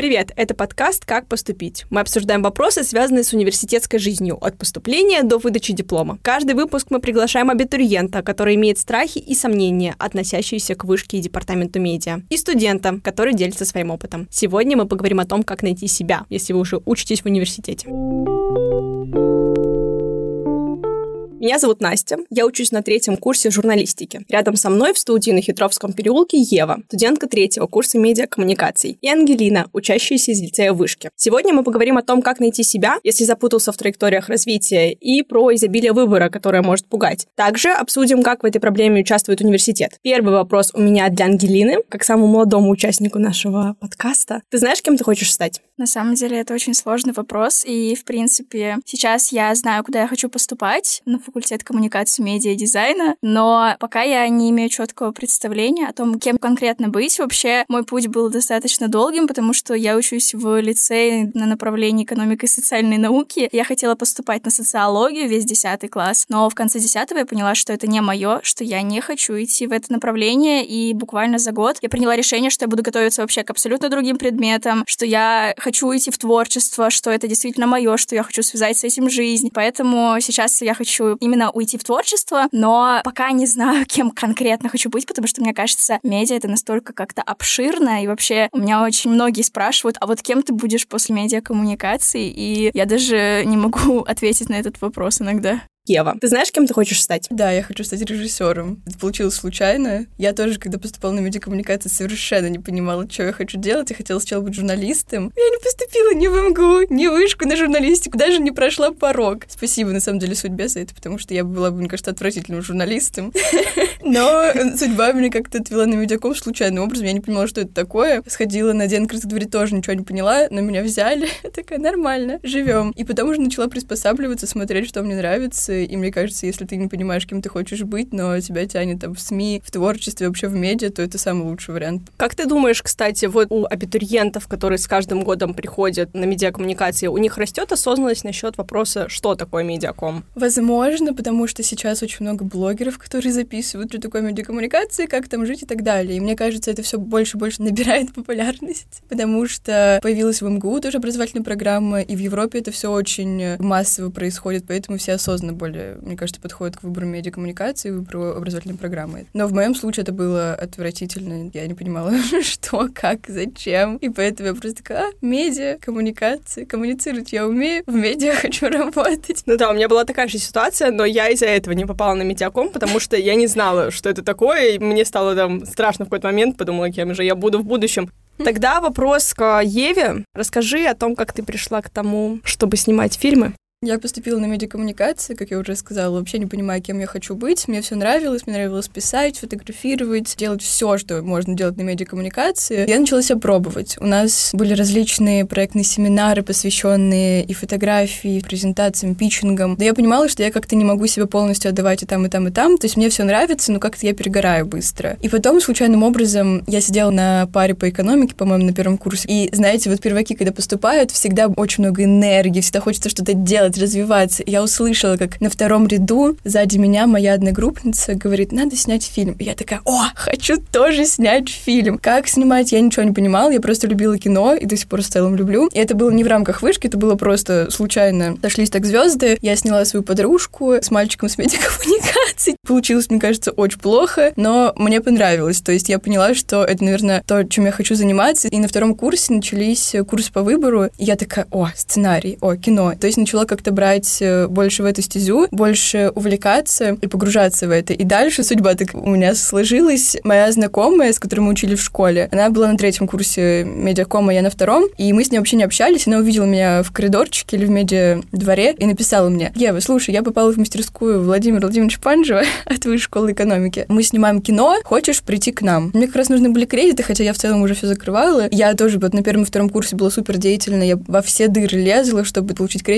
Привет, это подкаст «Как поступить». Мы обсуждаем вопросы, связанные с университетской жизнью, от поступления до выдачи диплома. Каждый выпуск мы приглашаем абитуриента, который имеет страхи и сомнения, относящиеся к вышке и департаменту медиа, и студента, который делится своим опытом. Сегодня мы поговорим о том, как найти себя, если вы уже учитесь в университете. Меня зовут Настя, я учусь на 3-м курсе журналистики. Рядом со мной в студии на Хитровском переулке Ева, студентка 3-го курса медиакоммуникаций, и Ангелина, учащаяся из лицея Вышки. Сегодня мы поговорим о том, как найти себя, если запутался в траекториях развития, и про изобилие выбора, которое может пугать. Также обсудим, как в этой проблеме участвует университет. Первый вопрос у меня для Ангелины, как самому молодому участнику нашего подкаста. Ты знаешь, кем ты хочешь стать? На самом деле это очень сложный вопрос, и, в принципе, сейчас я знаю, куда я хочу поступать, на факультет коммуникации, медиа и дизайна, но пока я не имею четкого представления о том, кем конкретно быть. Вообще, мой путь был достаточно долгим, потому что я учусь в лицее на направлении экономика и социальные науки. Я хотела поступать на социологию весь 10 класс, но в конце 10-го я поняла, что это не мое, что я не хочу идти в это направление, и буквально за год я приняла решение, что я буду готовиться вообще к абсолютно другим предметам, что я хочу уйти в творчество, что это действительно мое, что я хочу связать с этим жизнь. Поэтому сейчас я хочу именно уйти в творчество, но пока не знаю, кем конкретно хочу быть, потому что, мне кажется, медиа — это настолько как-то обширно, и вообще у меня очень многие спрашивают, а вот кем ты будешь после медиакоммуникации? И я даже не могу ответить на этот вопрос иногда. Ева, ты знаешь, кем ты хочешь стать? Да, я хочу стать режиссером. Это получилось случайно. Я тоже, когда поступала на медиакоммуникации, совершенно не понимала, что я хочу делать. Я хотела сначала быть журналистом. Я не поступила ни в МГУ, ни в вышку на журналистику, даже не прошла порог. Спасибо, на самом деле, судьбе за это, потому что я была бы, мне кажется, отвратительным журналистом. Но судьба меня как-то отвела на медиаком случайным образом. Я не понимала, что это такое. Сходила на день открытых дверей, тоже ничего не поняла, но меня взяли. Такая, нормально, живем. И потом уже начала приспосабливаться, смотреть, что мне нравится. И мне кажется, если ты не понимаешь, кем ты хочешь быть, но тебя тянет там в СМИ, в творчестве, вообще в медиа, то это самый лучший вариант. Как ты думаешь, кстати, вот у абитуриентов, которые с каждым годом приходят на медиакоммуникации, у них растет осознанность насчет вопроса, что такое медиаком? Возможно, потому что сейчас очень много блогеров, которые записывают, что такое медиакоммуникации, как там жить и так далее. И мне кажется, это все больше и больше набирает популярность, потому что появилась в МГУ тоже образовательная программа, и в Европе это все очень массово происходит, поэтому все осознанно более, мне кажется, подходят к выбору медиакоммуникации, выбору образовательной программы. Но в моем случае это было отвратительно. Я не понимала, что, как, зачем. И поэтому я просто такая, медиа, коммуникации, коммуницировать я умею, в медиа хочу работать. Ну да, у меня была такая же ситуация, но я из-за этого не попала на медиаком, потому что я не знала, что это такое, и мне стало там страшно в какой-то момент, подумала, кем же я буду в будущем. Тогда вопрос к Еве. Расскажи о том, как ты пришла к тому, чтобы снимать фильмы. Я поступила на медиакоммуникации, как я уже сказала, вообще не понимаю, кем я хочу быть. Мне все нравилось, мне нравилось писать, фотографировать, делать все, что можно делать на медиакоммуникации. Я начала себя пробовать. У нас были различные проектные семинары, посвященные и фотографии, и презентациям, питчингам. Но я понимала, что я как-то не могу себя полностью отдавать и там, и там, и там. То есть мне все нравится, но как-то я перегораю быстро. И потом, случайным образом, я сидела на паре по экономике, по-моему, на 1-м курсе. И, знаете, вот перваки, когда поступают, всегда очень много энергии, всегда хочется что-то делать, развиваться. Я услышала, как на 2-м ряду сзади меня моя одногруппница говорит, надо снять фильм. И я такая, хочу тоже снять фильм. Как снимать, я ничего не понимала, я просто любила кино и до сих пор в целом люблю. И это было не в рамках вышки, это было просто случайно. Сошлись так звезды. Я сняла свою подружку с мальчиком с медиакоммуникацией. Получилось, мне кажется, очень плохо, но мне понравилось. То есть я поняла, что это, наверное, то, чем я хочу заниматься. И на 2-м курсе начались курсы по выбору. И я такая, сценарий, кино. То есть начала как-то брать больше в эту стезю, больше увлекаться и погружаться в это. И дальше судьба так у меня сложилась. Моя знакомая, с которой мы учили в школе, она была на 3-м курсе медиакома, я на 2-м, и мы с ней вообще не общались. Она увидела меня в коридорчике или в медиадворе и написала мне, Ева, слушай, я попала в мастерскую Владимира Владимировича Панжева от Высшей школы экономики. Мы снимаем кино, хочешь прийти к нам? Мне как раз нужны были кредиты, хотя я в целом уже все закрывала. Я тоже вот на 1-м и 2-м курсе была супер деятельна, я во все дыры лезла, чтобы получить кредит, получить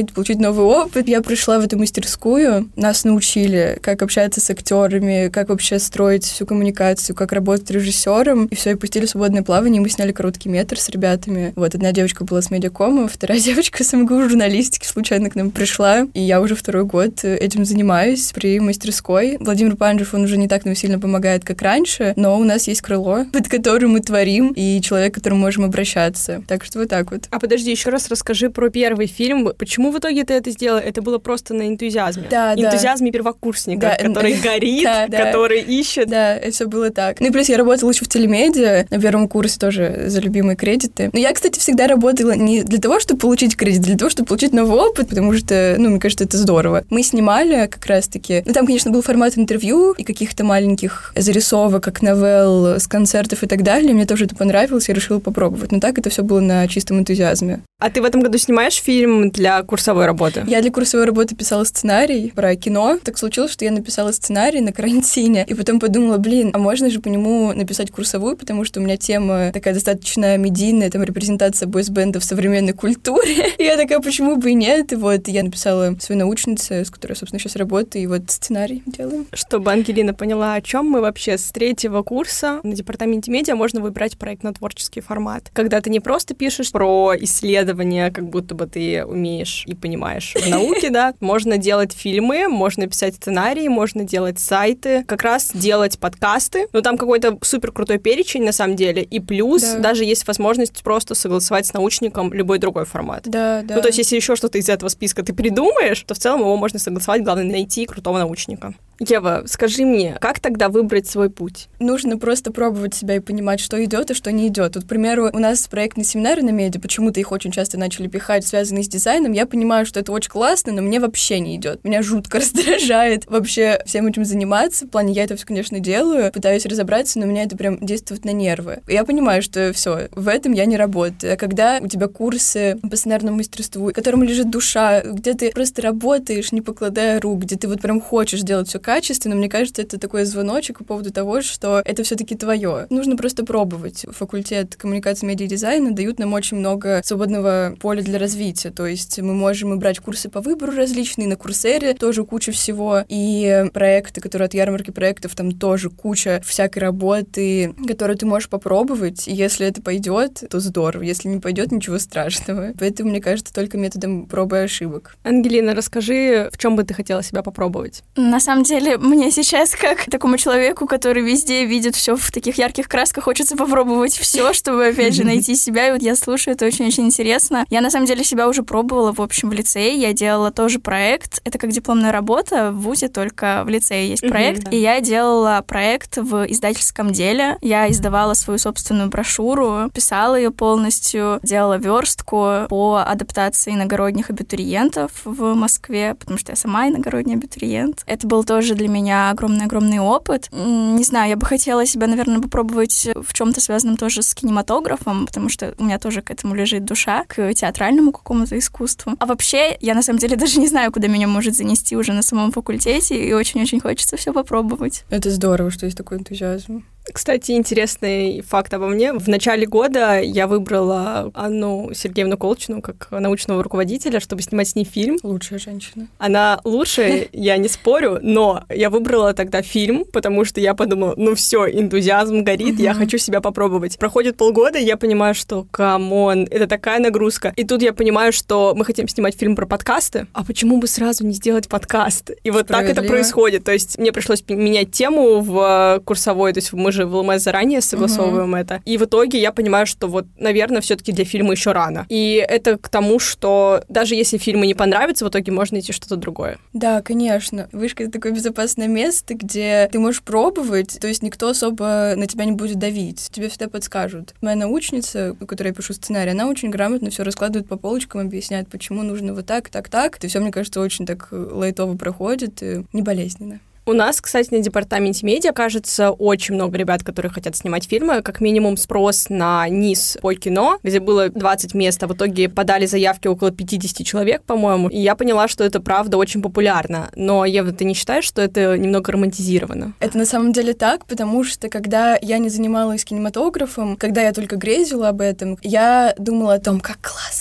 новый опыт. Я пришла в эту мастерскую, нас научили, как общаться с актерами, как вообще строить всю коммуникацию, как работать режиссером, и все, и пустили в свободное плавание, и мы сняли короткий метр с ребятами. Вот, одна девочка была с медиакома, вторая девочка с МГУ журналистики случайно к нам пришла, и я уже второй год этим занимаюсь при мастерской. Владимир Панжев, он уже не так нам сильно помогает, как раньше, но у нас есть крыло, под которым мы творим, и человек, к которому можем обращаться. Так что вот так вот. А подожди, еще раз расскажи про первый фильм. Почему в итоге ты это сделала? Это было просто на энтузиазме? Да, энтузиазме первокурсника, который горит, который ищет. Да, это все было так. Ну и плюс я работала еще в телемедиа, на первом курсе тоже за любимые кредиты. Но я, кстати, всегда работала не для того, чтобы получить кредит, а для того, чтобы получить новый опыт, потому что, мне кажется, это здорово. Мы снимали как раз-таки... там, конечно, был формат интервью и каких-то маленьких зарисовок, как новелл с концертов и так далее. Мне тоже это понравилось, я решила попробовать. Но так это все было на чистом энтузиазме. А ты в этом году снимаешь фильм для курсовой работы? Я для курсовой работы писала сценарий про кино. Так случилось, что я написала сценарий на карантине, и потом подумала, а можно же по нему написать курсовую, потому что у меня тема такая достаточно медийная, там репрезентация бойсбенда в современной культуре. И я такая, почему бы и нет? И вот я написала своей научнице, с которой я, собственно, сейчас работаю, и вот сценарий делаем. Чтобы Ангелина поняла, о чем мы вообще, с 3-го курса на департаменте медиа можно выбрать проектно-творческий формат. Когда ты не просто пишешь про исследования, как будто бы ты умеешь и понимаешь в науке, да, можно делать фильмы, можно писать сценарии, можно делать сайты, как раз делать подкасты, но там какой-то супер крутой перечень на самом деле, и плюс даже есть возможность просто согласовать с научником любой другой формат. Да. Ну, то есть, если еще что-то из этого списка ты придумаешь, то в целом его можно согласовать, главное найти крутого научника. Ева, скажи мне, как тогда выбрать свой путь? Нужно просто пробовать себя и понимать, что идет и что не идет. Вот, к примеру, у нас проектные семинары на медиа, почему-то их очень часто начали пихать, связанные с дизайном. Я понимаю, что это очень классно, но мне вообще не идет. Меня жутко раздражает вообще всем этим заниматься. В плане, я это все, конечно, делаю, пытаюсь разобраться, но у меня это прям действует на нервы. Я понимаю, что все, в этом я не работаю. А когда у тебя курсы по сценарному мастерству, которому лежит душа, где ты просто работаешь, не покладая рук, где ты вот прям хочешь делать все качественно, мне кажется, это такой звоночек по поводу того, что это все-таки твое. Нужно просто пробовать. Факультет коммуникации, медиа и дизайна дают нам очень много свободного поля для развития. То есть мы можем и брать курсы по выбору различные, на Курсере тоже куча всего, и проекты, которые от ярмарки проектов, там тоже куча всякой работы, которую ты можешь попробовать, и если это пойдет, то здорово, если не пойдет, ничего страшного. Поэтому, мне кажется, только методом пробы и ошибок. Ангелина, расскажи, в чем бы ты хотела себя попробовать? На самом деле, мне сейчас, как такому человеку, который везде видит все в таких ярких красках, хочется попробовать все, чтобы, опять же, найти себя. И вот я слушаю, это очень-очень интересно. Я, на самом деле, себя уже пробовала, в общем, в лицее. Я делала тоже проект. Это как дипломная работа в вузе, только в лицее есть проект. И я делала проект в издательском деле. Я издавала свою собственную брошюру, писала ее полностью, делала верстку по адаптации иногородних абитуриентов в Москве, потому что я сама иногородний абитуриент. Это был тоже для меня огромный-огромный опыт. Не знаю, я бы хотела себя, наверное, попробовать в чем-то связанном тоже с кинематографом, потому что у меня тоже к этому лежит душа, к театральному какому-то искусству. А вообще, я на самом деле даже не знаю, куда меня может занести уже на самом факультете, и очень-очень хочется все попробовать. Это здорово, что есть такой энтузиазм. Кстати, интересный факт обо мне. В начале года я выбрала Анну Сергеевну Колчину как научного руководителя, чтобы снимать с ней фильм. Лучшая женщина. Она лучшая, я не спорю, но я выбрала тогда фильм, потому что я подумала, все, энтузиазм горит, я хочу себя попробовать. Проходит полгода, и я понимаю, что, камон, это такая нагрузка. И тут я понимаю, что мы хотим снимать фильм про подкасты, а почему бы сразу не сделать подкаст? И вот так это происходит. То есть мне пришлось менять тему в курсовой, то есть мы же в ЛМС заранее согласовываем это. И в итоге я понимаю, что вот, наверное, все-таки для фильма еще рано. И это к тому, что даже если фильмы не понравятся, в итоге можно найти что-то другое. Да, конечно. Вышка — это такое безопасное место, где ты можешь пробовать, то есть никто особо на тебя не будет давить. Тебе всегда подскажут. Моя научница, у которой я пишу сценарий, она очень грамотно все раскладывает по полочкам, объясняет, почему нужно вот так, так, так. Это все, мне кажется, очень так лайтово проходит и не болезненно. У нас, кстати, на департаменте медиа, кажется, очень много ребят, которые хотят снимать фильмы. Как минимум спрос на низ по кино, где было 20 мест, а в итоге подали заявки около 50 человек, по-моему. И я поняла, что это, правда, очень популярно. Но, Ева, ты не считаешь, что это немного романтизировано? Это на самом деле так, потому что, когда я не занималась кинематографом, когда я только грезила об этом, я думала о том, как классно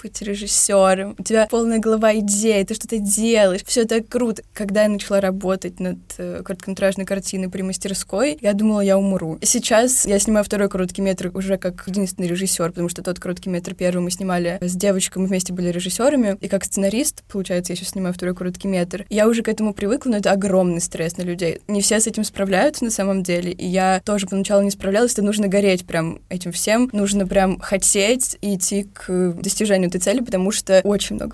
быть режиссером, у тебя полная голова идей, ты что-то делаешь, все так круто. Когда я начала работать над короткометражной картиной при мастерской, я думала, я умру. Сейчас я снимаю второй короткий метр уже как единственный режиссер, потому что тот короткий метр первый мы снимали с девочкой, мы вместе были режиссерами, и как сценарист, получается, я сейчас снимаю второй короткий метр. Я уже к этому привыкла, но это огромный стресс на людей. Не все с этим справляются на самом деле, и я тоже поначалу не справлялась, это нужно гореть прям этим всем, нужно прям хотеть и идти к достижению этой цели, потому что очень много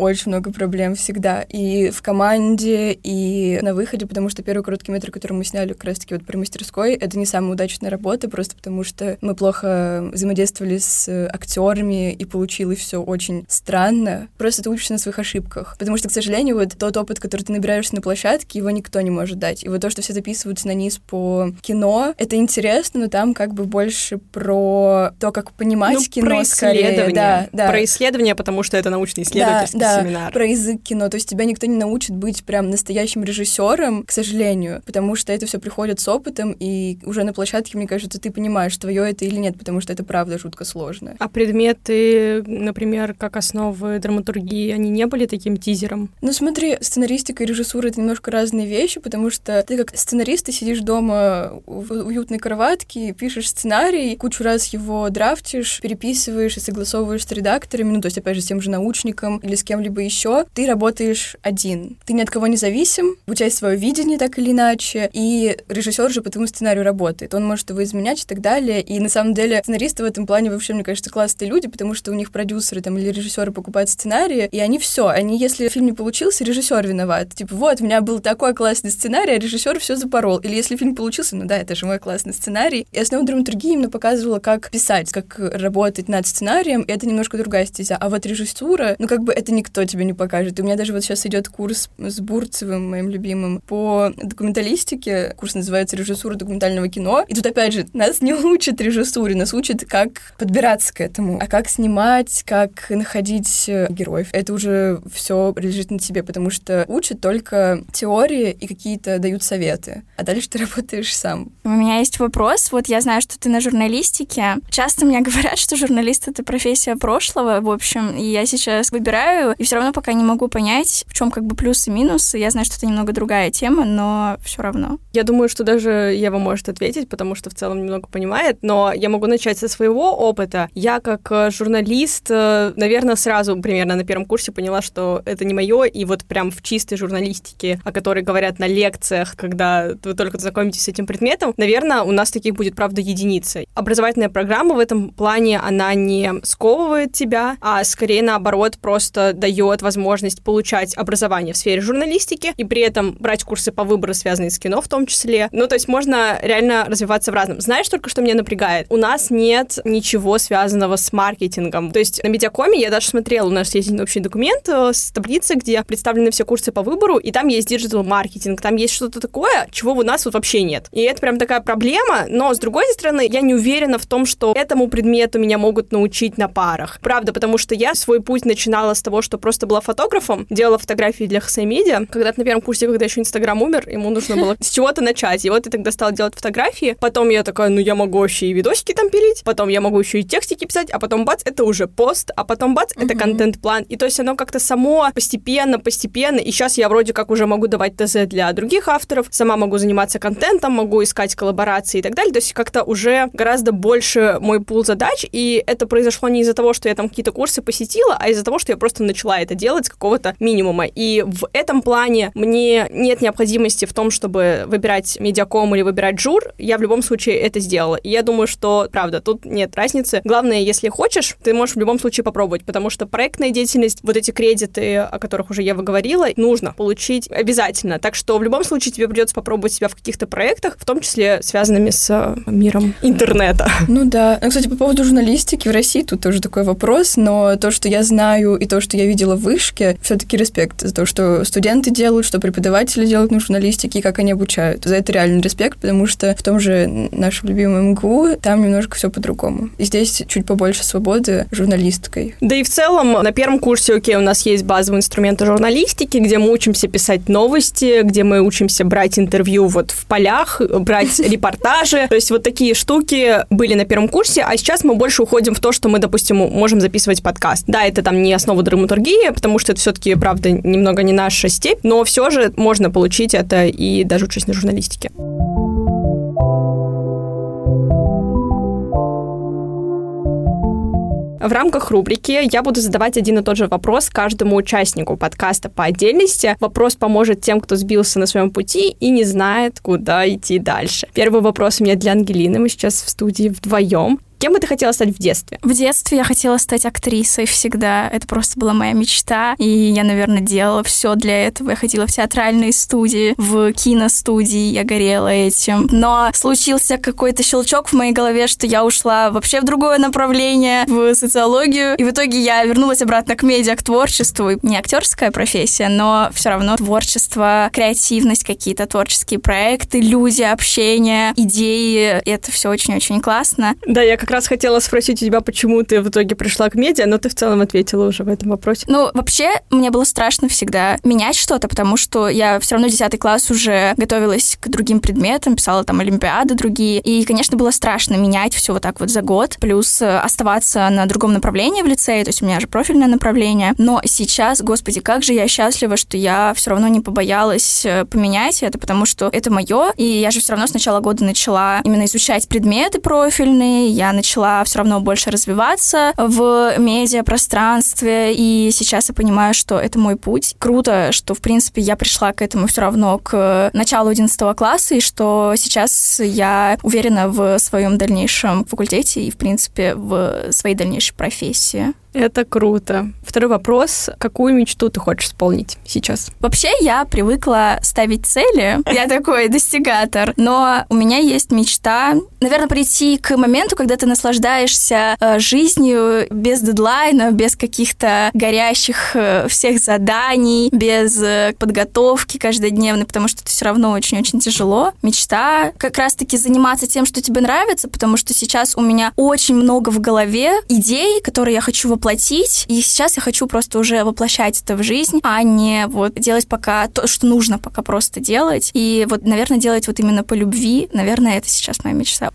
проблем всегда. И в команде, и на выходе, потому что первый короткий метр, который мы сняли как раз-таки вот при мастерской, это не самая удачная работа, просто потому что мы плохо взаимодействовали с актерами, и получилось все очень странно. Просто ты учишься на своих ошибках. Потому что, к сожалению, вот тот опыт, который ты набираешься на площадке, его никто не может дать. И вот то, что все записываются на низ по кино, это интересно, но там как бы больше про то, как понимать кино, про исследование. Да. Про исследование, потому что это научно-исследовательский семинар. Про язык кино. То есть тебя никто не научит быть прям настоящим режиссером, к сожалению, потому что это все приходит с опытом, и уже на площадке, мне кажется, ты понимаешь, твое это или нет, потому что это правда жутко сложно. А предметы, например, как основы драматургии, они не были таким тизером? Ну смотри, сценаристика и режиссура — это немножко разные вещи, потому что ты как сценарист, ты сидишь дома в уютной кроватке, пишешь сценарий, кучу раз его драфтишь, переписываешь и согласовываешь с редакторами, ну то есть опять же с тем же научником или с кем-либо еще. Ты работаешь один. Ты ни от кого не зависим, у тебя есть свое видение так или иначе, и режиссер же по твоему сценарию работает. Он может его изменять и так далее. И на самом деле сценаристы в этом плане вообще, мне кажется, классные люди, потому что у них продюсеры там или режиссеры покупают сценарии, и они если фильм не получился, режиссер виноват. Типа, вот, у меня был такой классный сценарий, а режиссер все запорол. Или если фильм получился, ну да, это же мой классный сценарий. И основа драматургии именно показывала, как писать, как работать над сценарием, и это немножко другая стезя. А вот режиссура, ну как бы это никто тебе не покажет. И у меня даже вот сейчас идет курс с Бурцевым, моим любимым, по документалистике. Курс называется «Режиссура документального кино». И тут, опять же, нас не учат режиссуре, нас учат, как подбираться к этому, а как снимать, как находить героев. Это уже все лежит на тебе, потому что учат только теории и какие-то дают советы. А дальше ты работаешь сам. У меня есть вопрос. Вот я знаю, что ты на журналистике. Часто мне говорят, что журналист — это профессия прошлого, в общем, и я сейчас выбираю, и все равно пока не могу понять, в чем как бы плюсы и минусы. Я знаю, что это немного другая тема, но все равно. Я думаю, что даже Ева может ответить, потому что в целом немного понимает, но я могу начать со своего опыта. Я как журналист, наверное, сразу примерно на первом курсе поняла, что это не мое, и вот прям в чистой журналистике, о которой говорят на лекциях, когда вы только знакомитесь с этим предметом, наверное, у нас таких будет, правда, единицы. Образовательная программа в этом плане, она не сковывает тебя, а скорее, наоборот, просто дает возможность получать образование в сфере журналистики и при этом брать курсы по выбору, связанные с кино в том числе. Ну, то есть можно реально развиваться в разном. Знаешь, только что меня напрягает? У нас нет ничего связанного с маркетингом. То есть на Медиакоме я даже смотрела, у нас есть один общий документ с таблицей, где представлены все курсы по выбору, и там есть диджитал-маркетинг, там есть что-то такое, чего у нас вот вообще нет. И это прям такая проблема, но, с другой стороны, я не уверена в том, что этому предмету меня могут научить на парах. Правда, потому что я свой путь начинала с того, что просто была фотографом, делала фотографии для HC Media. Когда-то на первом курсе, когда еще Инстаграм умер, ему нужно было с чего-то начать. И вот я тогда стала делать фотографии. Потом я такая, ну я могу вообще и видосики там пилить, потом я могу еще и текстики писать, а потом бац, это уже пост, а потом бац, это контент-план. И то есть оно как-то само постепенно, и сейчас я вроде как уже могу давать ТЗ для других авторов, сама могу заниматься контентом, могу искать коллаборации и так далее. То есть как-то уже гораздо больше мой пул задач, и это произошло не из-за того, что я там какие-то курсы посетила, а из-за того, что я просто начала это делать с какого-то минимума. И в этом плане мне нет необходимости в том, чтобы выбирать Медиаком или выбирать жур. Я в любом случае это сделала. И я думаю, что, правда, тут нет разницы. Главное, если хочешь, ты можешь в любом случае попробовать, потому что проектная деятельность, вот эти кредиты, о которых уже Ева говорила, нужно получить обязательно. Так что в любом случае тебе придется попробовать себя в каких-то проектах, в том числе связанными с миром интернета. Ну да. Ну, кстати, по поводу журналистики в России тут тоже такой вопрос, но то, что я знаю и то, что я видела в вышке, все-таки респект за то, что студенты делают, что преподаватели делают на журналистике и как они обучают. За это реальный респект, потому что в том же нашем любимом МГУ там немножко все по-другому. И здесь чуть побольше свободы журналисткой. Да и в целом на первом курсе, окей, у нас есть базовые инструменты журналистики, где мы учимся писать новости, где мы учимся брать интервью вот в полях, брать репортажи. То есть вот такие штуки были на первом курсе, а сейчас мы больше уходим в то, что мы, допустим, можем записывать записывать подкаст. Да, это там не основа драматургии, потому что это все-таки, правда, немного не наша степь, но все же можно получить это и даже учась на журналистике. В рамках рубрики я буду задавать один и тот же вопрос каждому участнику подкаста по отдельности. Вопрос поможет тем, кто сбился на своем пути и не знает, куда идти дальше. Первый вопрос у меня для Ангелины. Мы сейчас в студии вдвоем. Кем бы ты хотела стать в детстве? В детстве я хотела стать актрисой всегда. Это просто была моя мечта. И я, наверное, делала все для этого. Я ходила в театральные студии, в киностудии. Я горела этим. Но случился какой-то щелчок в моей голове, что я ушла вообще в другое направление, в социологию. И в итоге я вернулась обратно к медиа, к творчеству. Не актерская профессия, но все равно творчество, креативность, какие-то творческие проекты, люди, общение, идеи. Это все очень-очень классно. Да, я как раз хотела спросить у тебя, почему ты в итоге пришла к медиа, но ты в целом ответила уже в этом вопросе. Ну, вообще, мне было страшно всегда менять что-то, потому что я все равно 10 класс уже готовилась к другим предметам, писала там олимпиады другие, и, конечно, было страшно менять все вот так вот за год, плюс оставаться на другом направлении в лицее, то есть у меня же профильное направление, но сейчас, господи, как же я счастлива, что я все равно не побоялась поменять это, потому что это мое, и я же все равно с начала года начала именно изучать предметы профильные, я начала все равно больше развиваться в медиапространстве, и сейчас я понимаю, что это мой путь. Круто, что, в принципе, я пришла к этому все равно к началу 11 класса, и что сейчас я уверена в своем дальнейшем факультете и, в принципе, в своей дальнейшей профессии. Это круто. Второй вопрос. Какую мечту ты хочешь исполнить сейчас? Вообще, я привыкла ставить цели. Я такой достигатор. Но у меня есть мечта, наверное, прийти к моменту, когда ты наслаждаешься жизнью без дедлайна, без каких-то горящих всех заданий, без подготовки каждодневной, потому что это все равно очень-очень тяжело. Мечта как раз-таки заниматься тем, что тебе нравится, потому что сейчас у меня очень много в голове идей, которые я хочу воплотить, и сейчас я хочу просто уже воплощать это в жизнь, а не вот делать пока то, что нужно пока просто делать. И вот, наверное, делать вот именно по любви, наверное, это сейчас моя мечта.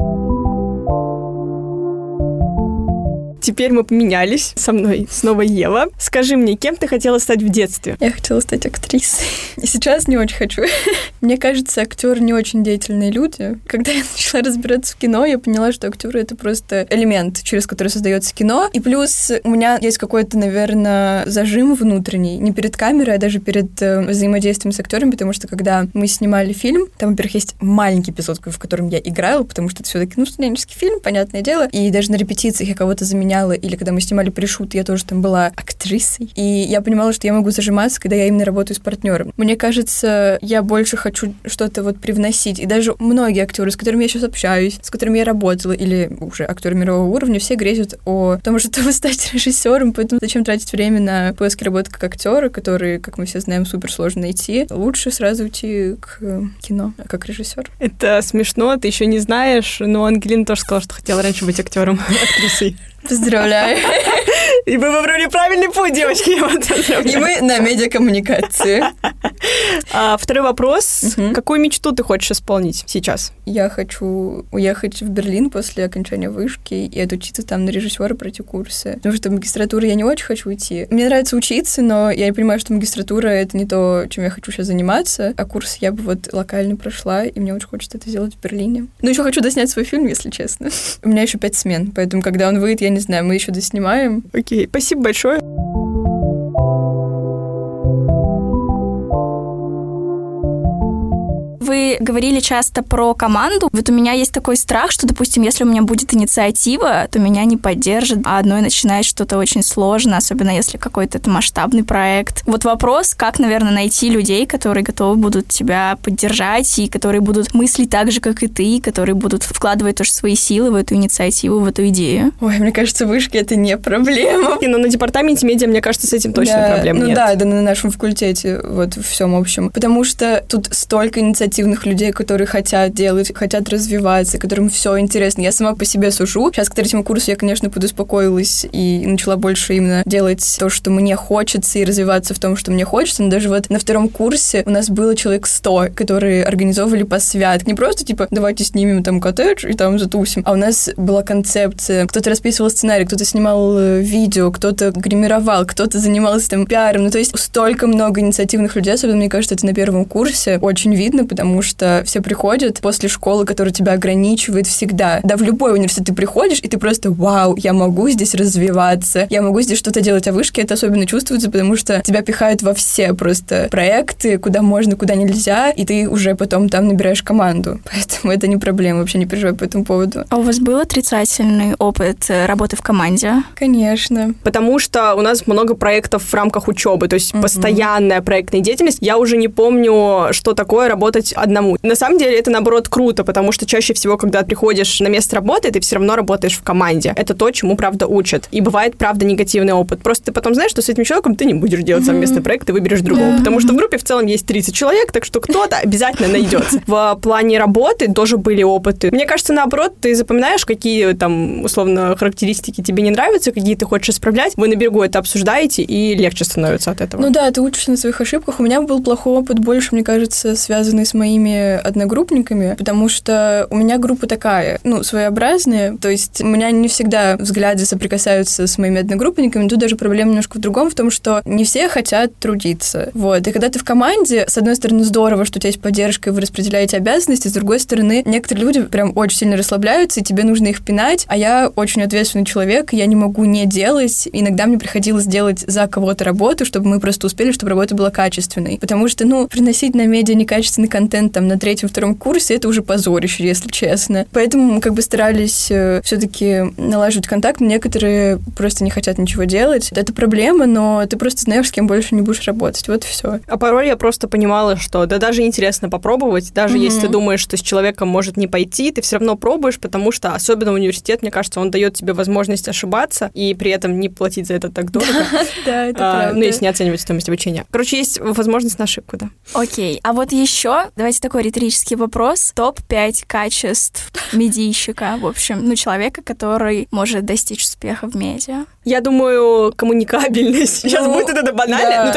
Теперь мы поменялись. Со мной снова Ева. Скажи мне, кем ты хотела стать в детстве? Я хотела стать актрисой. И сейчас не очень хочу. Мне кажется, актеры не очень деятельные люди. Когда я начала разбираться в кино, я поняла, что актеры — это просто элемент, через который создается кино. И плюс у меня есть какой-то, наверное, зажим внутренний. Не перед камерой, а даже перед взаимодействием с актерами, потому что когда мы снимали фильм, там, во-первых, есть маленький эпизод, в котором я играла, потому что это все-таки, студенческий фильм, понятное дело. И даже на репетициях я кого-то заменяла, или когда мы снимали пришут, я тоже там была актрисой. И я понимала, что я могу зажиматься, когда я именно работаю с партнером. Мне кажется, я больше хочу что-то вот привносить. И даже многие актеры, с которыми я сейчас общаюсь, с которыми я работала, или уже актеры мирового уровня, все грезят о том, чтобы стать режиссером, поэтому зачем тратить время на поиск работы как актера, который, как мы все знаем, супер сложно найти. Лучше сразу уйти к кино, как режиссер. Это смешно, ты еще не знаешь, но Ангелина тоже сказала, что хотела раньше быть актером, актрисой. Поздравляю. И вы выбрали правильный путь, девочки. И мы на медиакоммуникации. Второй вопрос. Какую мечту ты хочешь исполнить сейчас? Я хочу уехать в Берлин после окончания вышки и отучиться там на режиссера, пройти курсы. Потому что в магистратуру я не очень хочу идти. Мне нравится учиться, но я понимаю, что магистратура — это не то, чем я хочу сейчас заниматься. А курс я бы вот локально прошла, и мне очень хочется это сделать в Берлине. Но еще хочу доснять свой фильм, если честно. У меня еще 5 смен, поэтому, когда он выйдет, я не знаю, мы еще доснимаем. Окей, спасибо большое. Вы говорили часто про команду. Вот у меня есть такой страх, что, допустим, если у меня будет инициатива, то меня не поддержат, а одной начинает что-то очень сложно, особенно если какой-то это масштабный проект. Вот вопрос, как, наверное, найти людей, которые готовы будут тебя поддержать и которые будут мыслить так же, как и ты, которые будут вкладывать тоже свои силы в эту инициативу, в эту идею. Ой, мне кажется, вышки — это не проблема. Но на департаменте медиа, мне кажется, с этим точно проблем нет. Да, на нашем факультете, вот в всем общем. Потому что тут столько инициативных инициативных людей, которые хотят делать, хотят развиваться, которым все интересно. Я сама по себе сужу. Сейчас к 3 курсу я, конечно, подуспокоилась и начала больше именно делать то, что мне хочется, и развиваться в том, что мне хочется. Но даже вот на 2 курсе у нас было человек 100, которые организовывали посвят. Не просто, типа, давайте снимем там коттедж и там затусим. А у нас была концепция. Кто-то расписывал сценарий, кто-то снимал видео, кто-то гримировал, кто-то занимался там пиаром. Ну, то есть столько много инициативных людей, особенно, мне кажется, это на 1 курсе очень видно, потому что все приходят после школы, которая тебя ограничивает всегда. Да, в любой университет ты приходишь, и ты просто, вау, я могу здесь развиваться, я могу здесь что-то делать. А в вышке это особенно чувствуется, потому что тебя пихают во все просто проекты, куда можно, куда нельзя, и ты уже потом там набираешь команду. Поэтому это не проблема, вообще не переживай по этому поводу. А у вас был отрицательный опыт работы в команде? Конечно. Потому что у нас много проектов в рамках учебы, то есть постоянная проектная деятельность. Я уже не помню, что такое работать одному. На самом деле это, наоборот, круто, потому что чаще всего, когда приходишь на место работы, ты все равно работаешь в команде. Это то, чему, правда, учат. И бывает, правда, негативный опыт. Просто ты потом знаешь, что с этим человеком ты не будешь делать совместный проект, ты выберешь другого. Потому что в группе в целом есть 30 человек, так что кто-то обязательно найдется. В плане работы тоже были опыты. Мне кажется, наоборот, ты запоминаешь, какие там, условно, характеристики тебе не нравятся, какие ты хочешь исправлять. Вы на берегу это обсуждаете, и легче становится от этого. Ну да, ты учишься на своих ошибках. У меня был плохой опыт, больше, мне кажется, связанный с моими одногруппниками, потому что у меня группа такая, своеобразная, то есть у меня не всегда взгляды соприкасаются с моими одногруппниками. Тут даже проблема немножко в другом, в том, что не все хотят трудиться. Вот. И когда ты в команде, с одной стороны, здорово, что у тебя есть поддержка, и вы распределяете обязанности, с другой стороны, некоторые люди прям очень сильно расслабляются, и тебе нужно их пинать, а я очень ответственный человек, и я не могу не делать. Иногда мне приходилось делать за кого-то работу, чтобы мы просто успели, чтобы работа была качественной. Потому что, приносить на медиа некачественный контент там на 3-2 курсе, это уже позорище, если честно. Поэтому мы старались все-таки налаживать контакт. Некоторые просто не хотят ничего делать. Это проблема, но ты просто знаешь, с кем больше не будешь работать. Вот и все. А порой я просто понимала, что даже интересно попробовать, даже если ты думаешь, что с человеком может не пойти, ты все равно пробуешь, потому что, особенно университет, мне кажется, он дает тебе возможность ошибаться и при этом не платить за это так дорого. Да, это правда. Если не оценивать стоимость обучения. Короче, есть возможность на ошибку, да. Окей. А вот еще, давайте такой риторический вопрос. Топ-5 качеств медийщика, в общем, человека, который может достичь успеха в медиа. Я думаю, коммуникабельность. Сейчас будет это банально.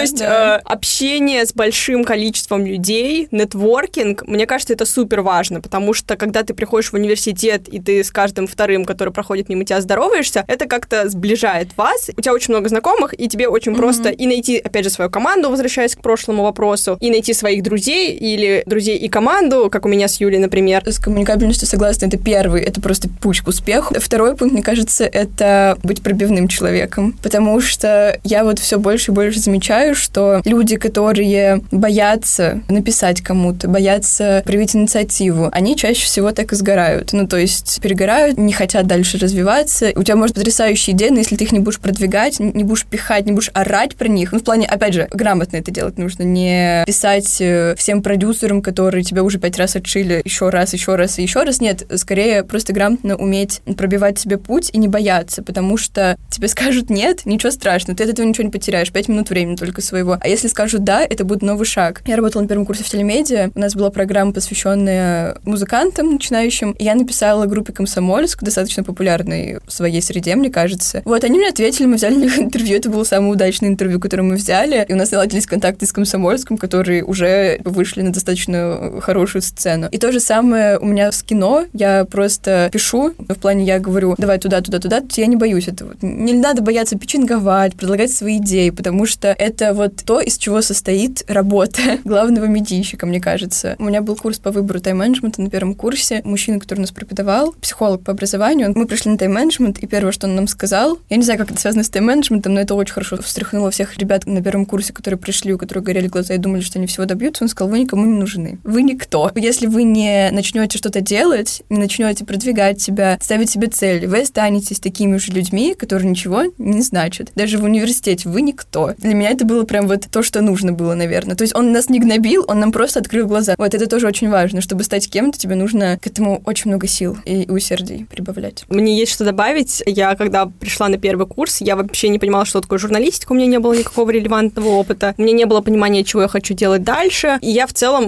Общение с большим количеством людей, нетворкинг, мне кажется, это супер важно, потому что, когда ты приходишь в университет, и ты с каждым вторым, который проходит мимо тебя, здороваешься, это как-то сближает вас. У тебя очень много знакомых, и тебе очень просто и найти, опять же, свою команду, возвращаясь к прошлому вопросу, и найти своих друзей, или друзей и команду, как у меня с Юлей, например. С коммуникабельностью согласна, это первый, это просто путь к успеху. Второй пункт, мне кажется, это быть пробивным человеком, потому что я все больше и больше замечаю, что люди, которые боятся написать кому-то, боятся проявить инициативу, они чаще всего так и сгорают. То есть перегорают, не хотят дальше развиваться. У тебя, может, потрясающие идеи, но если ты их не будешь продвигать, не будешь пихать, не будешь орать про них, в плане, опять же, грамотно это делать нужно, не писать всем продюсерам, которые тебя уже 5 раз отшили еще раз и еще раз. Нет, скорее просто грамотно уметь пробивать себе путь и не бояться, потому что тебе скажут нет, ничего страшного, ты от этого ничего не потеряешь, 5 минут времени только своего. А если скажут да, это будет новый шаг. Я работала на 1 курсе в телемедиа, у нас была программа, посвященная музыкантам начинающим, и я написала группе «Комсомольск», достаточно популярной в своей среде, мне кажется. Они мне ответили, мы взяли у них интервью, это было самое удачное интервью, которое мы взяли, и у нас наладились контакты с «Комсомольском», которые уже вышли на достаточно хорошую сцену. И то же самое у меня с кино, я просто пишу, в плане я говорю, давай туда, я не боюсь этого. Не надо бояться печенговать, предлагать свои идеи, потому что это то, из чего состоит работа главного медийщика, мне кажется. У меня был курс по выбору тайм-менеджмента на 1 курсе. Мужчина, который нас преподавал, психолог по образованию, мы пришли на тайм-менеджмент, и первое, что он нам сказал, я не знаю, как это связано с тайм-менеджментом, но это очень хорошо встряхнуло всех ребят на 1 курсе, которые пришли, у которых горели глаза и думали, что они всего добьются. Он сказал, вы никому не нужны. Вы никто. Если вы не начнете что-то делать, не начнете продвигать себя, ставить себе цели, вы останетесь такими же людьми, которые ничего не значат. Даже в университете вы никто. Для меня это было прям то, что нужно было, наверное. То есть он нас не гнобил, он нам просто открыл глаза. Это тоже очень важно. Чтобы стать кем-то, тебе нужно к этому очень много сил и усердий прибавлять. Мне есть что добавить. Я, когда пришла на 1 курс, я вообще не понимала, что такое журналистика. У меня не было никакого релевантного опыта. У меня не было понимания, чего я хочу делать дальше. И я в целом была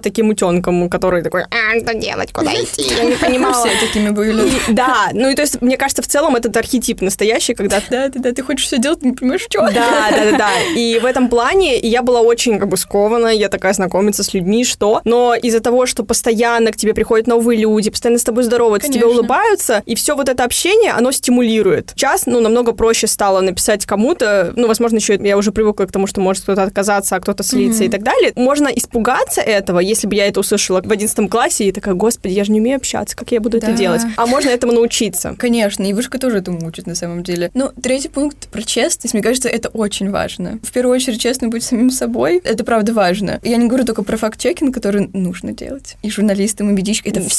таким утенком, который такой, что делать, куда идти? Я не понимала. Все такими были. Да, ну и то есть, мне кажется, в целом этот архетип настоящий, когда... Да, ты хочешь все делать, не понимаешь, что. Да. И в этом плане я была очень скована, я такая знакомиться с людьми, что... Но из-за того, что постоянно к тебе приходят новые люди, постоянно с тобой здороваются, тебе улыбаются, и все вот это общение, оно стимулирует. Сейчас, намного проще стало написать кому-то, возможно, еще я уже привыкла к тому, что может кто-то отказаться, а кто-то слиться и так далее. Можно испугаться этого, если бы я это услышала в 11 классе, и такая, господи, я же не умею общаться, как я буду это делать? А можно этому научиться. Конечно, и вышка тоже этому учит на самом деле. Но третий пункт про честность, мне кажется, это очень важно. В первую очередь, честно быть самим собой, это правда важно. Я не говорю только про факт-чекинг, который нужно делать. И журналистам, и медийщикам, это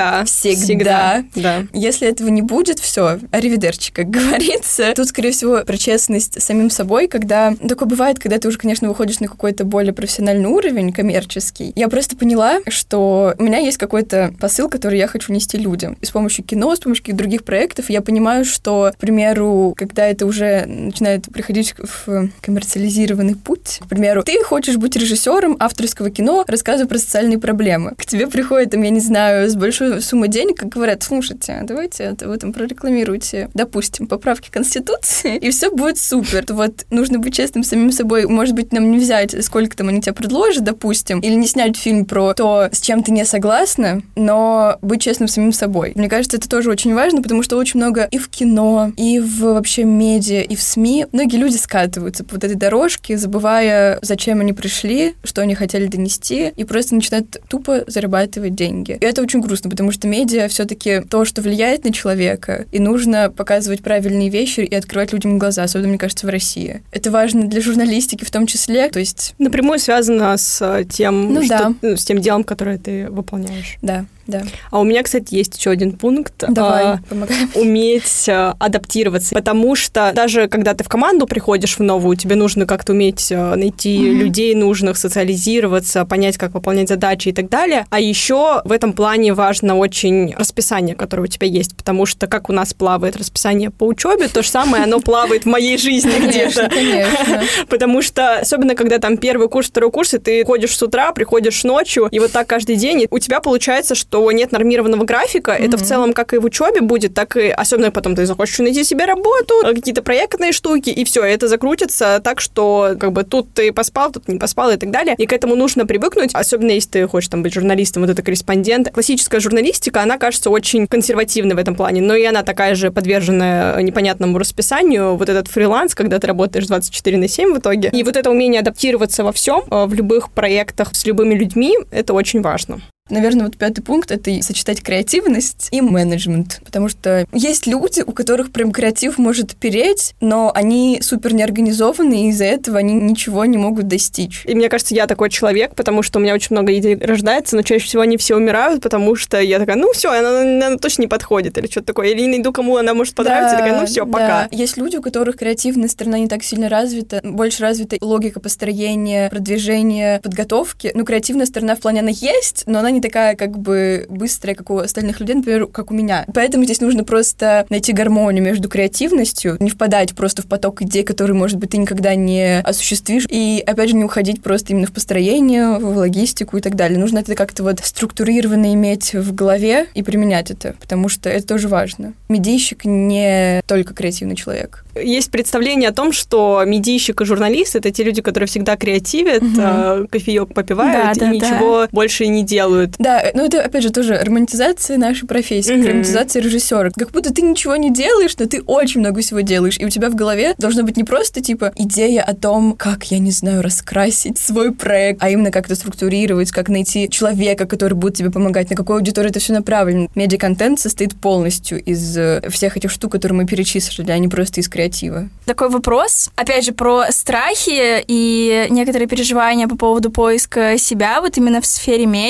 всегда. Да. Если этого не будет, все, аривидерчи, как говорится. Тут, скорее всего, про честность с самим собой, когда... Такое бывает, когда ты уже, конечно, выходишь на какой-то более профессиональный уровень, коммерческий. Я просто поняла, что у меня есть какой-то посыл, который я хочу нести людям. И с помощью кино, с помощью каких-то других проектов я понимаю, что, к примеру, когда это уже начинает приходить в коммерциализированный путь, к примеру, ты хочешь быть режиссером авторского кино, рассказывая про социальные проблемы. К тебе приходит, я не знаю, с большой суммой денег, и говорят, слушайте, давайте вы там прорекламируете, допустим, поправки Конституции, и все будет супер. Вот нужно быть честным с самим собой. Может быть, нам не взять, сколько там они тебе предложат, допустим, или не снять фильм про то, с чем ты не согласна, но быть честным с самим собой. Мне кажется, это тоже очень важно, потому что очень много и в кино, и в вообще медиа, и в СМИ многие люди скатываются по вот этой дорожке, забывая, зачем они пришли, что они хотели донести, и просто начинают тупо зарабатывать деньги. И это очень грустно, потому что медиа все-таки то, что влияет на человека, и нужно показывать правильные вещи и открывать людям глаза, особенно, мне кажется, в России. Это важно для журналистики в том числе, то есть... Напрямую связано с тем, с тем делом, которое ты выполняешь. Да. А у меня, кстати, есть еще один пункт. Давай, помогаем. Уметь адаптироваться. Потому что даже когда ты в команду приходишь в новую, тебе нужно как-то уметь найти людей нужных, социализироваться, понять, как выполнять задачи и так далее. А еще в этом плане важно очень расписание, которое у тебя есть. Потому что как у нас плавает расписание по учебе, то же самое оно плавает в моей жизни где-то. Конечно. Потому что, особенно когда там первый курс, второй курс, и ты ходишь с утра, приходишь ночью, и вот так каждый день, и у тебя получается, что нет нормированного графика, это в целом как и в учебе будет, так и особенно потом ты захочешь найти себе работу, какие-то проектные штуки, и все, это закрутится так, что тут ты поспал, тут не поспал и так далее. И к этому нужно привыкнуть, особенно если ты хочешь там быть журналистом, вот это корреспондент. Классическая журналистика, она кажется очень консервативной в этом плане, но и она такая же подвержена непонятному расписанию. Вот этот фриланс, когда ты работаешь 24/7 в итоге. И вот это умение адаптироваться во всем, в любых проектах с любыми людьми, это очень важно. Наверное, вот 5-й пункт — это сочетать креативность и менеджмент. Потому что есть люди, у которых прям креатив может переть, но они супер неорганизованы, и из-за этого они ничего не могут достичь. И мне кажется, я такой человек, потому что у меня очень много идей рождается, но чаще всего они все умирают, потому что я такая, все, она точно не подходит, или что-то такое. Или найду, кому она может понравиться, и такая, все, пока. Есть люди, у которых креативная сторона не так сильно развита, больше развита логика построения, продвижения, подготовки. Креативная сторона в плане она есть, но она не такая быстрая, как у остальных людей, например, как у меня. Поэтому здесь нужно просто найти гармонию между креативностью, не впадать просто в поток идей, которые, может быть, ты никогда не осуществишь, и, опять же, не уходить просто именно в построение, в логистику и так далее. Нужно это как-то структурированно иметь в голове и применять это, потому что это тоже важно. Медийщик не только креативный человек. Есть представление о том, что медийщик и журналист — это те люди, которые всегда креативят, кофеек попивают и ничего больше не делают. Да, это, опять же, тоже романтизация нашей профессии, романтизация режиссера. Как будто ты ничего не делаешь, но ты очень много всего делаешь, и у тебя в голове должно быть не просто, идея о том, как, я не знаю, раскрасить свой проект, а именно как-то структурировать, как найти человека, который будет тебе помогать, на какую аудиторию это все направлено. Медиаконтент состоит полностью из всех этих штук, которые мы перечислили, а не просто из креатива. Такой вопрос, опять же, про страхи и некоторые переживания по поводу поиска себя, вот именно в сфере медиа.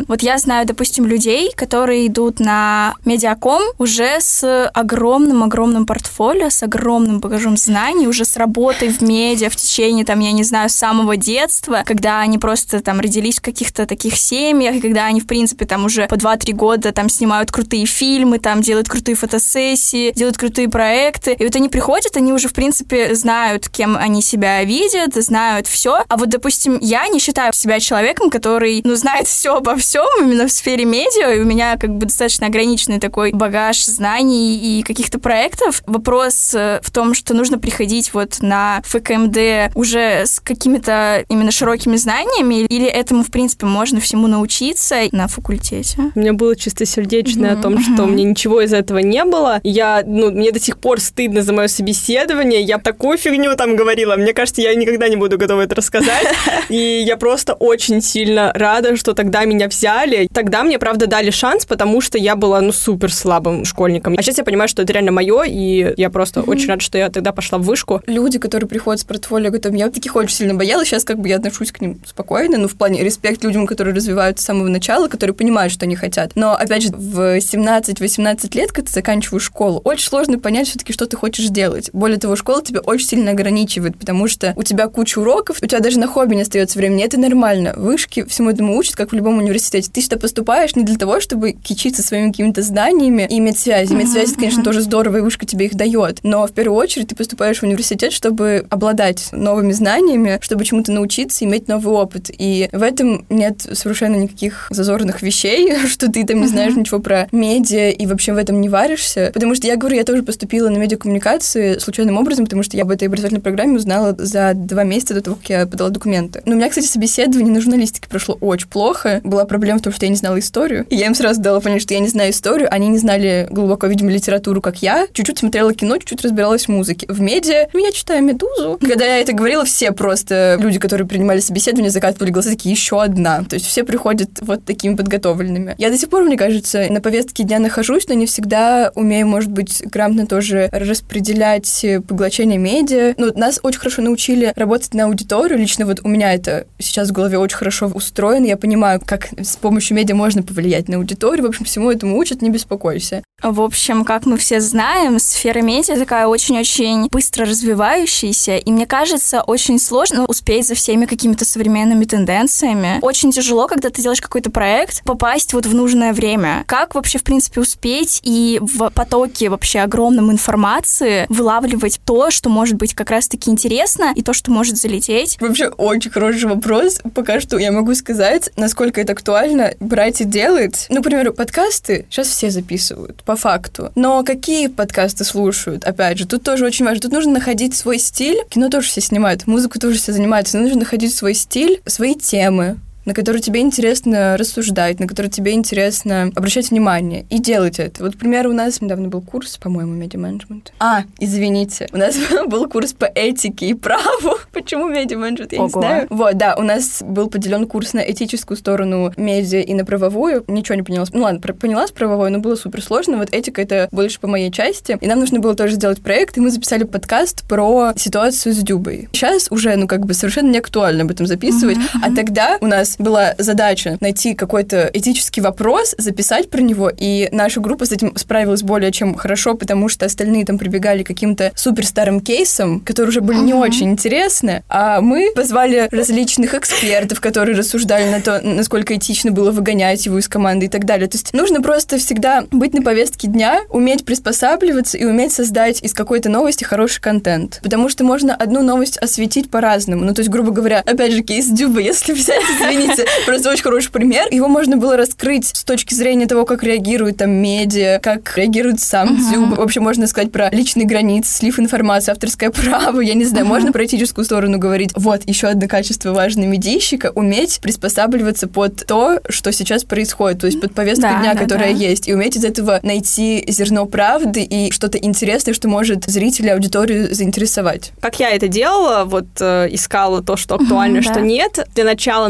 Вот я знаю, допустим, людей, которые идут на медиаком уже с огромным портфолио, с огромным багажом знаний, уже с работой в медиа в течение, там, я не знаю, самого детства, когда они просто там родились в каких-то таких семьях, и когда они, в принципе, там уже по 2-3 года там снимают крутые фильмы, там делают крутые фотосессии, делают крутые проекты. И вот они приходят, они уже, в принципе, знают, кем они себя видят, знают все. А вот, допустим, я не считаю себя человеком, который, знает все обо всем именно в сфере медиа, и у меня как бы достаточно ограниченный такой багаж знаний и каких-то проектов. Вопрос в том, что нужно приходить вот на ФКМД уже с какими-то именно широкими знаниями, или этому, в принципе, можно всему научиться на факультете? У меня было чистосердечное о том, что мне ничего из этого не было. Мне до сих пор стыдно за мое собеседование. Я такую фигню там говорила. Мне кажется, я никогда не буду готова это рассказать. И я просто очень сильно рада, что тогда меня взяли. Тогда мне, правда, дали шанс, потому что я была, супер слабым школьником. А сейчас я понимаю, что это реально мое, и я просто очень рада, что я тогда пошла в вышку. Люди, которые приходят с портфолио, я таких очень сильно боялась. Сейчас я отношусь к ним спокойно, в плане респект людям, которые развиваются с самого начала, которые понимают, что они хотят. Но, опять же, в 17-18 лет, когда ты заканчиваешь школу, очень сложно понять все-таки, что ты хочешь делать. Более того, школа тебя очень сильно ограничивает, потому что у тебя куча уроков, у тебя даже на хобби не остается времени. Это нормально. Вышки всему этому учат, как в любом университете. Ты сюда поступаешь не для того, чтобы кичиться своими какими-то знаниями и иметь связи. Иметь связи, это, конечно, тоже здорово, и вышка тебе их дает. Но в первую очередь ты поступаешь в университет, чтобы обладать новыми знаниями, чтобы чему-то научиться, иметь новый опыт. И в этом нет совершенно никаких зазорных вещей, что ты там не знаешь ничего про медиа и вообще в этом не варишься. Потому что я тоже поступила на медиакоммуникации случайным образом, потому что я об этой образовательной программе узнала за 2 месяца до того, как я подала документы. Но у меня, кстати, собеседование на журналистике прошло очень плохо. Была проблема в том, что я не знала историю. И я им сразу дала понять, что я не знаю историю. Они не знали глубоко, видимо, литературу, как я. Чуть-чуть смотрела кино, чуть-чуть разбиралась в музыке. В медиа, я читаю «Медузу». Когда я это говорила, все просто люди, которые принимали собеседование, закатывали глаза, такие, еще одна. То есть все приходят вот такими подготовленными. Я до сих пор, мне кажется, на повестке дня нахожусь, но не всегда умею, может быть, грамотно тоже распределять поглощение медиа. Нас очень хорошо научили работать на аудиторию. Лично вот у меня это сейчас в голове очень хорошо устроено. Я понимаю, как с помощью медиа можно повлиять на аудиторию. В общем, всему этому учат, не беспокойся. В общем, как мы все знаем, сфера медиа такая очень-очень быстро развивающаяся, и мне кажется, очень сложно успеть за всеми какими-то современными тенденциями. Очень тяжело, когда ты делаешь какой-то проект, попасть вот в нужное время. Как вообще, в принципе, успеть и в потоке вообще огромном информации вылавливать то, что может быть как раз-таки интересно, и то, что может залететь? Вообще, очень хороший вопрос. Пока что я могу сказать, насколько это актуально брать и делать. К примеру, подкасты сейчас все записывают, по факту. Но какие подкасты слушают? Опять же, тут тоже очень важно. Тут нужно находить свой стиль. Кино тоже все снимают, музыку тоже все занимаются. Но нужно находить свой стиль, свои темы, на которые тебе интересно рассуждать, на которые тебе интересно обращать внимание и делать это. Вот, например, у нас недавно был курс, по-моему, медиа-менеджмент. Извините, у нас был курс по этике и праву. Почему медиа-менеджмент, я не знаю. Вот, да, у нас был поделен курс на этическую сторону медиа и на правовую. Ничего не поняла. Поняла с правовой, но было супер сложно. Вот этика — это больше по моей части. И нам нужно было тоже сделать проект, и мы записали подкаст про ситуацию с Дюбой. Сейчас уже, совершенно не актуально об этом записывать. А тогда у нас была задача найти какой-то этический вопрос, записать про него, и наша группа с этим справилась более чем хорошо, потому что остальные там прибегали к каким-то супер старым кейсам, которые уже были не очень интересны, а мы позвали различных экспертов, которые рассуждали на то, насколько этично было выгонять его из команды и так далее. То есть нужно просто всегда быть на повестке дня, уметь приспосабливаться и уметь создать из какой-то новости хороший контент. Потому что можно одну новость осветить по-разному. То есть, грубо говоря, опять же, кейс Дюбы, если взять, извините, просто очень хороший пример. Его можно было раскрыть с точки зрения того, как реагирует там медиа, как реагирует сам Дзюба. Вообще можно сказать про личные границы, слив информации, авторское право, я не знаю, можно про этическую сторону говорить. Вот, еще одно качество важное медийщика — уметь приспосабливаться под то, что сейчас происходит, то есть под повестку дня, которая есть, и уметь из этого найти зерно правды и что-то интересное, что может зрителя, аудиторию заинтересовать. Как я это делала, искала то, что актуально, что нет. Для начала на первом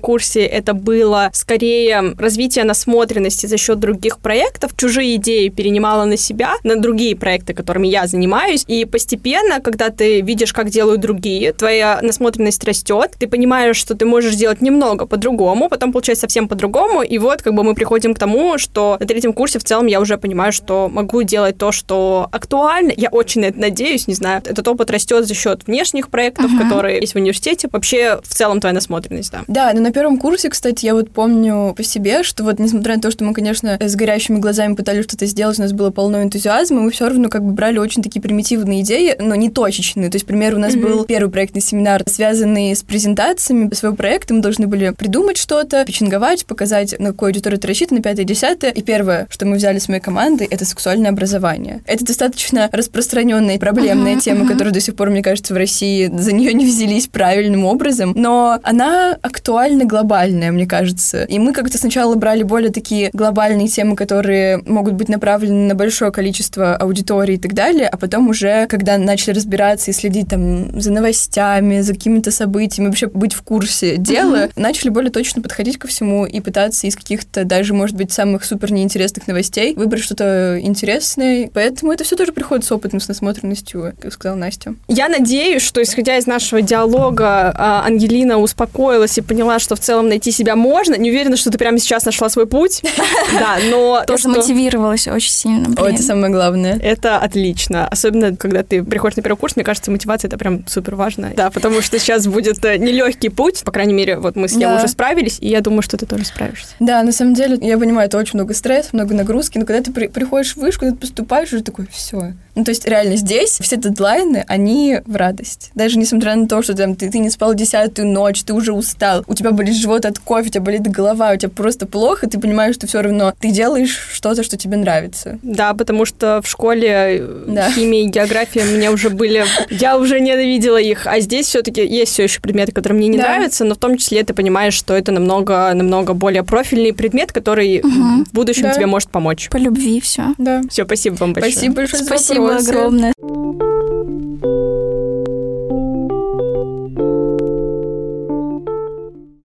курсе это было скорее развитие насмотренности за счет других проектов, чужие идеи перенимала на себя, на другие проекты, которыми я занимаюсь, и постепенно, когда ты видишь, как делают другие, твоя насмотренность растет, ты понимаешь, что ты можешь делать немного по-другому, потом получается совсем по-другому, и вот как бы мы приходим к тому, что на 3-м курсе в целом я уже понимаю, что могу делать то, что актуально, я очень на это надеюсь, не знаю, этот опыт растет за счет внешних проектов, которые есть в университете, вообще в целом твоя насмотренность, да. Да, но на 1-м курсе, кстати, я вот помню по себе, что вот несмотря на то, что мы, конечно, с горящими глазами пытались что-то сделать, у нас было полно энтузиазма, мы все равно как бы брали очень такие примитивные идеи, но не точечные. То есть, например, у нас был первый проектный семинар, связанный с презентациями своего проекта, мы должны были придумать что-то, пичинговать, показать, на какую аудиторию это рассчитано, 5-е, 10-е. И первое, что мы взяли с моей командой, это сексуальное образование. Это достаточно распространенная и проблемная тема, которая до сих пор, мне кажется, в России за нее не взялись правильным образом, но она актуальна глобальная, мне кажется. И мы как-то сначала брали более такие глобальные темы, которые могут быть направлены на большое количество аудитории и так далее, а потом уже, когда начали разбираться и следить там за новостями, за какими-то событиями, вообще быть в курсе дела, начали более точно подходить ко всему и пытаться из каких-то даже, может быть, самых супер неинтересных новостей выбрать что-то интересное. Поэтому это все тоже приходит с опытом, с насмотренностью, как сказала Настя. Я надеюсь, что, исходя из нашего диалога, Ангелина успокоилась и поняла, что в целом найти себя можно. Не уверена, что ты прямо сейчас нашла свой путь. Да, но то, что... Я замотивировалась очень сильно. О, это самое главное. Это отлично. Особенно, когда ты приходишь на 1-й курс, мне кажется, мотивация — это прям супер важно. Да, потому что сейчас будет нелегкий путь. По крайней мере, вот мы с Евой уже справились, и я думаю, что ты тоже справишься. Да, на самом деле, я понимаю, это очень много стресса, много нагрузки, но когда ты приходишь в вышку, когда ты поступаешь, уже такой, все. Ну, то есть, реально, здесь все дедлайны, они в радость. Даже несмотря на то, что там ты не спал 10-ю ночь, ты уже устал, у тебя болит живот от кофе, у тебя болит голова, у тебя просто плохо, ты понимаешь, что все равно ты делаешь что-то, что тебе нравится. Да, потому что в школе химия и география мне уже были... Я уже ненавидела их, а здесь все-таки есть все еще предметы, которые мне не нравятся, но в том числе ты понимаешь, что это намного более профильный предмет, который в будущем тебе может помочь. По любви все. Да. Все, спасибо вам большое. Спасибо большое за Спасибо огромное.